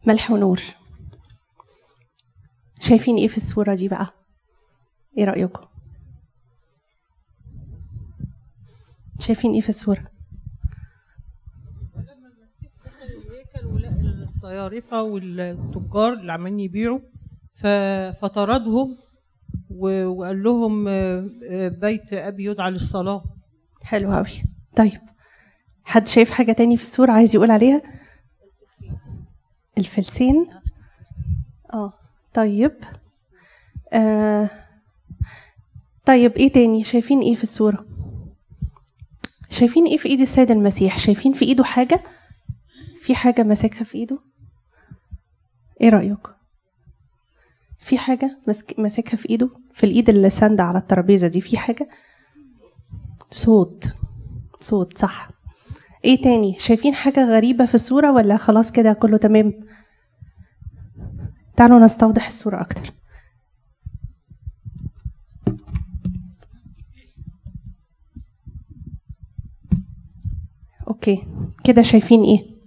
ملح ونور. شايفين ايه في الصورة دي بقى؟ ايه رأيكم؟ شايفين ايه في الصورة؟ لما المسيح دخل الهيكل ولقى الصيارفة والتجار اللي عمالين يبيعوا فطردهم وقال لهم بيت أبي يدعى للصلاة. حلو قوي. طيب حد شايف حاجة تاني في الصورة عايز يقول عليها؟ الفلسين. طيب طيب ايه تاني؟ شايفين ايه في الصورة؟ شايفين ايه في ايد السيد المسيح؟ شايفين في ايده حاجة؟ في حاجة ماسكها في ايده؟ ايه رأيك؟ في حاجة ماسكها في ايده؟ في الايد اللي ساندة على الترابيزة دي في حاجة؟ صوت صح. ايه تاني؟ شايفين حاجة غريبة في الصورة ولا خلاص كده كله تمام؟ تعالوا نستوضح الصورة اكتر. اوكي كده شايفين ايه؟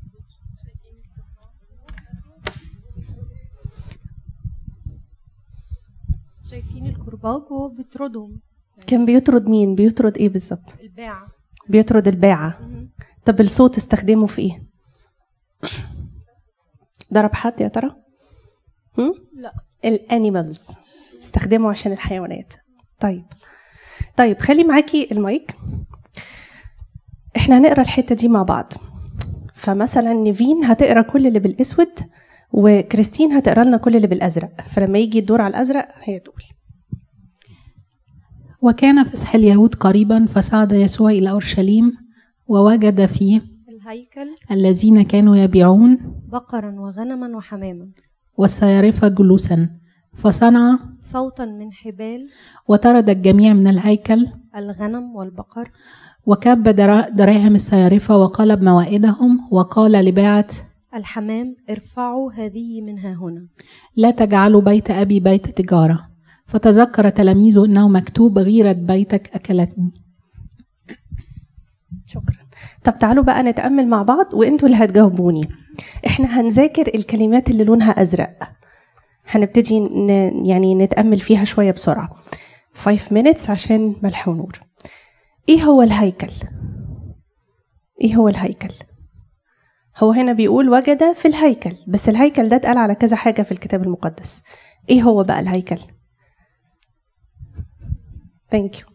شايفين الكرباج وبيطردهم. كان بيطرد مين؟ بيطرد ايه بالظبط؟ الباعة. بيطرد الباعة. طب الصوت استخدمه في ايه؟ ضرب حد يا ترى؟ لا. الانيمالز استخدمه عشان الحيوانات. طيب خلي معاكي المايك. احنا هنقرا الحته دي مع بعض. فمثلا نيفين هتقرا كل اللي بالاسود وكريستين هتقرا لنا كل اللي بالازرق، فلما يجي الدور على الازرق هي تقول. وكان فسح اليهود قريبا فصعد يسوع إلى أورشليم ووجد فيه الهيكل الذين كانوا يبيعون بقرا وغنما وحماما والصيارفة جلوسا فصنع صوتا من حبال وطرد الجميع من الهيكل الغنم والبقر وكب دراهم الصيارفة وقلب موائدهم وقال لباعة الحمام ارفعوا هذه منها هنا لا تجعلوا بيت أبي بيت تجارة. فتذكر تلاميذه أنه مكتوب غيرة بيتك أكلتني. شكرا. طب تعالوا بقى نتأمل مع بعض وانتوا اللي هتجاوبوني. احنا هنذاكر الكلمات اللي لونها أزرق، هنبتدي يعني نتأمل فيها شوية بسرعة. 5 minutes عشان ملح ونور. ايه هو الهيكل؟ ايه هو الهيكل؟ هو هنا بيقول وجد في الهيكل، بس الهيكل ده اتقال على كذا حاجة في الكتاب المقدس. ايه هو بقى الهيكل؟ ثانك يو.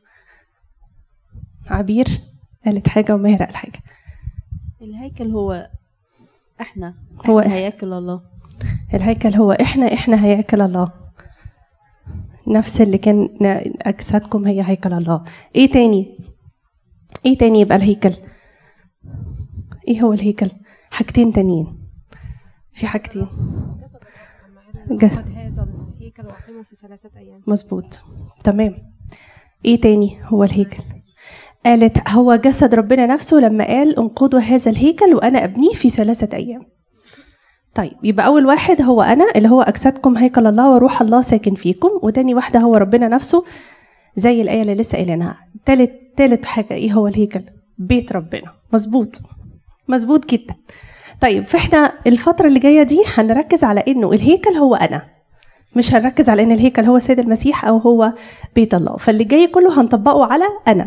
عبير قالت حاجة وماهرة قال حاجة. الهيكل هو احنا هياكل الله. الهيكل هو احنا هياكل الله، نفس اللي كان أجسادكم هي هيكل الله. ايه تاني يبقى الهيكل؟ ايه هو الهيكل؟ حاجتين تانيين، في حاجتين. جسد هذا الهيكل وأقيمه في 3 أيام. مظبوط تمام. ايه تاني هو الهيكل؟ قالت هو جسد ربنا نفسه لما قال انقضوا هذا الهيكل وأنا أبنيه في 3 أيام. طيب يبقى أول واحد هو أنا اللي هو أجسادكم هيكل الله وروح الله ساكن فيكم، وتاني واحدة هو ربنا نفسه زي الآية اللي لسه قايلينها. تالت حاجة ايه هو الهيكل؟ بيت ربنا. مظبوط جدا. طيب فاحنا الفترة اللي جاية دي هنركز على انه الهيكل هو أنا، مش هنركز على ان الهيكل هو سيد المسيح او هو بيت الله. فاللي جاي كله هنطبقه على أنا.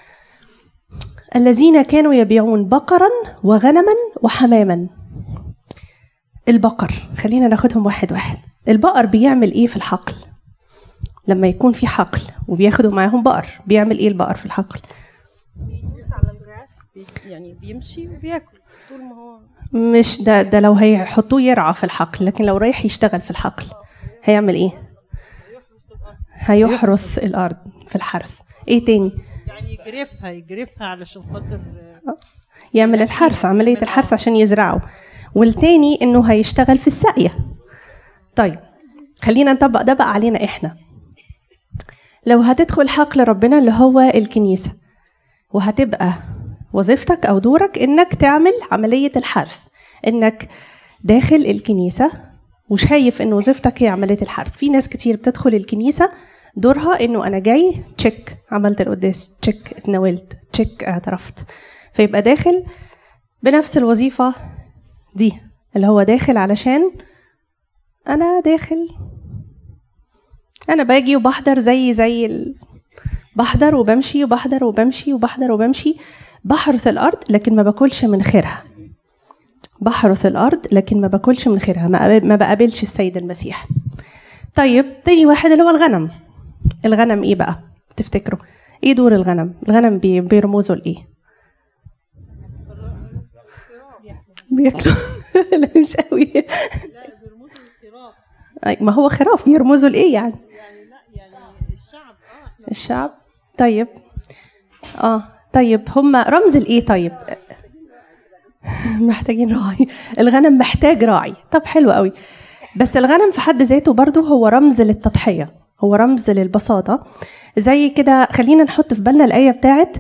الذين كانوا يبيعون بقرا وغنما وحماما. البقر خلينا ناخدهم واحد واحد. البقر بيعمل ايه في الحقل؟ لما يكون في حقل وبياخدوا معاهم بقر بيعمل ايه البقر في الحقل؟ بيدوس على الجراس، يعني بيمشي وبياكل طول ما هو. مش ده لو هيحطوه يرعى في الحقل، لكن لو رايح يشتغل في الحقل هيعمل ايه؟ هيحرث الارض في الحرث. ايه تاني؟ يعني يجرفها علشان خاطر يعمل الحرث، عملية الحرث عشان يزرعه. والتاني انه هيشتغل في السقية. طيب خلينا نطبق ده بقى علينا احنا. لو هتدخل حقل ربنا اللي هو الكنيسة، وهتبقى وظيفتك او دورك انك تعمل عملية الحرث، انك داخل الكنيسة وشايف ان وظيفتك هي عملية الحرث. في ناس كتير بتدخل الكنيسة دورها انه انا جاي تشيك، عملت القداس، تشيك اتناولت، تشيك اعترفت، فيبقى داخل بنفس الوظيفة دي اللي هو داخل علشان أنا داخل، أنا باجي وبحضر زي بحضر وبمشي وبحضر وبمشي وبحضر وبمشي، بحرث الأرض لكن ما باكلش من خيرها، بحرث الأرض لكن ما باكلش من خيرها، ما بقابلش السيد المسيح. طيب تاني واحد اللي هو الغنم. الغنم إيه بقى تفتكروا؟ إيه دور الغنم؟ الغنم بيرمزوا لإيه؟ بياكلوا لا مش قوي. لا بيرمزوا للخراف. ما هو خراف بيرمزوا لإيه يعني؟ الشعب. طيب طيب هم رمز الايه؟ طيب محتاجين راعي. الغنم محتاج راعي. طب حلو قوي. بس الغنم في حد ذاته برضو هو رمز للتضحية، هو رمز للبساطة. زي كده خلينا نحط في بالنا الآية بتاعت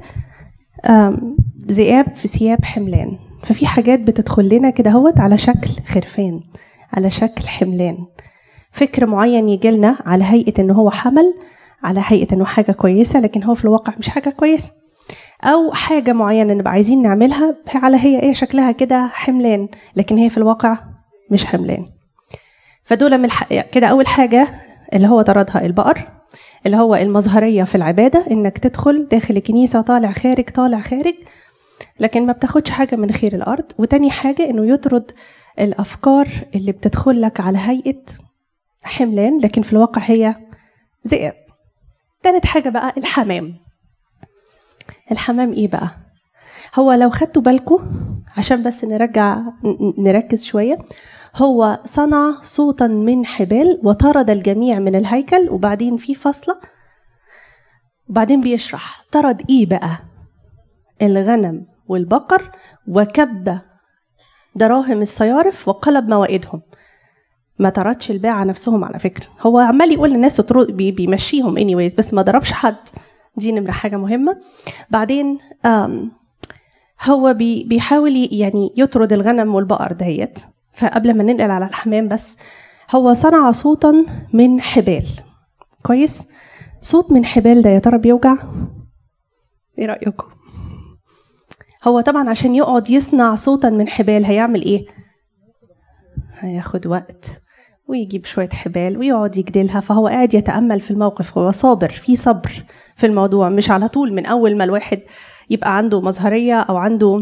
ذئاب في ثياب حملان. ففي حاجات بتدخل لنا كده هوت على شكل خرفان، على شكل حملان. فكر معين يجي لنا على هيئة انه هو حمل، على هيئة انه حاجة كويسة لكن هو في الواقع مش حاجة كويسة. او حاجة معينة نبقى عايزين نعملها على هي ايه شكلها كده حملان لكن هي في الواقع مش حملان. فدول من كده اول حاجة اللي هو طردها البقر، اللي هو المظهرية في العبادة، انك تدخل داخل الكنيسة طالع خارج طالع خارج لكن ما بتاخدش حاجة من خير الارض. وتاني حاجة انه يطرد الافكار اللي بتدخل لك على هيئة حملان لكن في الواقع هي ذئاب. تالت حاجة بقى الحمام. الحمام ايه بقى؟ هو لو خدتوا بالكم عشان بس نركز شوية، هو صنع صوتا من حبال وطرد الجميع من الهيكل، وبعدين في فصلة وبعدين بيشرح طرد ايه بقى؟ الغنم والبقر، وكب دراهم الصيارف وقلب موائدهم. ما طردش الباعة نفسهم على فكرة، هو عمال يقول للناس بيمشيهم anyways بس ما ضربش حد. دي نمرة حاجة مهمة. بعدين هو بيحاول يعني يطرد الغنم والبقر دهيت. فقبل ما ننقل على الحمام بس، هو صنع صوتا من حبال. كويس؟ صوت من حبال ده يا ترى بيوجع؟ ايه رأيكم؟ هو طبعا عشان يقعد يصنع صوتا من حبال هيعمل ايه؟ هياخد وقت ويجيب شوية حبال ويقعد يجدلها. فهو قاعد يتأمل في الموقف، هو صابر، في صبر في الموضوع. مش على طول من أول ما الواحد يبقى عنده مظهرية أو عنده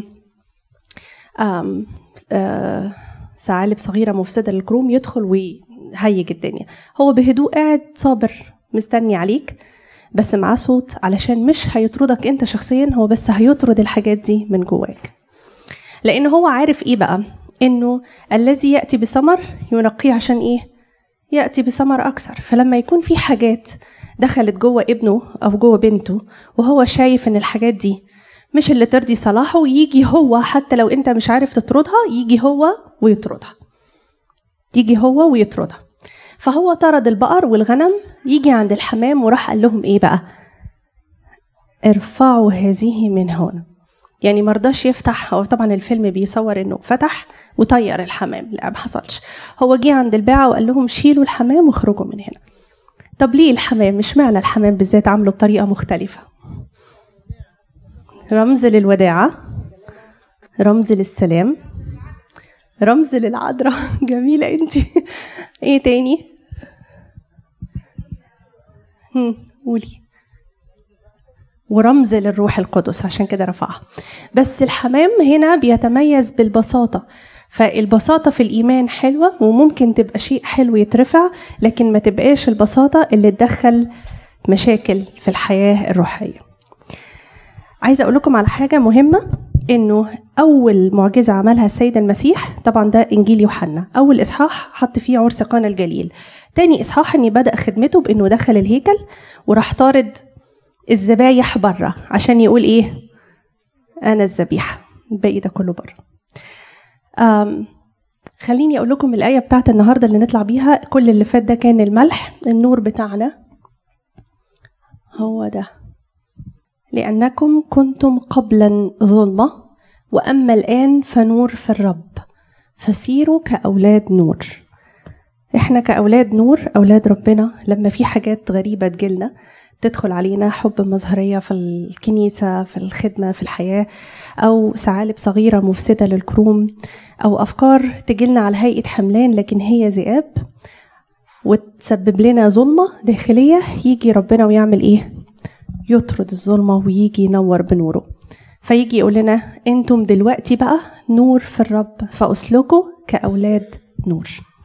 ثعالب صغيرة مفسدة للكروم يدخل ويهيج الدنيا. هو بهدوء قاعد صابر مستني عليك، بس معاه صوت علشان مش هيطردك انت شخصيا، هو بس هيطرد الحاجات دي من جواك. لأنه هو عارف ايه بقى؟ انه الذي يأتي بثمر ينقيه عشان ايه؟ يأتي بثمر أكثر. فلما يكون في حاجات دخلت جوه ابنه أو جوه بنته وهو شايف ان الحاجات دي مش اللي ترضي صلاحه، يجي هو حتى لو انت مش عارف تطردها، يجي هو ويطردها، يجي هو ويطردها. فهو طرد البقر والغنم. يجي عند الحمام وراح قال لهم ايه بقى؟ ارفعوا هذه من هنا. يعني مرضاش يفتح. هو طبعا الفيلم بيصور انه فتح وطير الحمام، لا ما حصلش. هو جه عند الباعة وقال لهم شيلوا الحمام واخرجوا من هنا. طب ليه الحمام؟ مش معنى الحمام بالذات عامله بطريقة مختلفة؟ رمز للوداعة، رمز للسلام، رمز للعذراء. جميلة انتي. ايه تاني؟ قولي. ورمز للروح القدس، عشان كده رفعها. بس الحمام هنا بيتميز بالبساطة. فالبساطة في الإيمان حلوة، وممكن تبقى شيء حلو يترفع، لكن ما تبقاش البساطة اللي تدخل مشاكل في الحياة الروحية. عايزة أقول لكم على حاجة مهمة، إنه أول معجزة عملها السيد المسيح طبعا ده إنجيل يوحنا. أول إصحاح حط فيه عرس قانا الجليل. تاني إصحاح إني بدأ خدمته بإنه دخل الهيكل وراح طارد الذبايح بره عشان يقول إيه؟ أنا الذبيحة. الباقي ده كله بره. خليني أقول لكم الآية بتاعت النهاردة اللي نطلع بيها. كل اللي فات ده كان الملح. النور بتاعنا هو ده. لأنكم كنتم قبلا ظلمة وأما الآن فنور في الرب، فسيروا كأولاد نور. إحنا كأولاد نور، أولاد ربنا، لما في حاجات غريبة تجيلنا تدخل علينا، حب مظهرية في الكنيسة، في الخدمة، في الحياة، أو ثعالب صغيرة مفسدة للكروم، أو أفكار تجيلنا على هيئة حملان لكن هي ذئاب وتسبب لنا ظلمة داخلية. يجي ربنا ويعمل إيه؟ يطرد الظلمة ويجي ينور بنوره. فيجي يقول لنا انتم دلوقتي بقى نور في الرب، فأسلكوا كأولاد نور.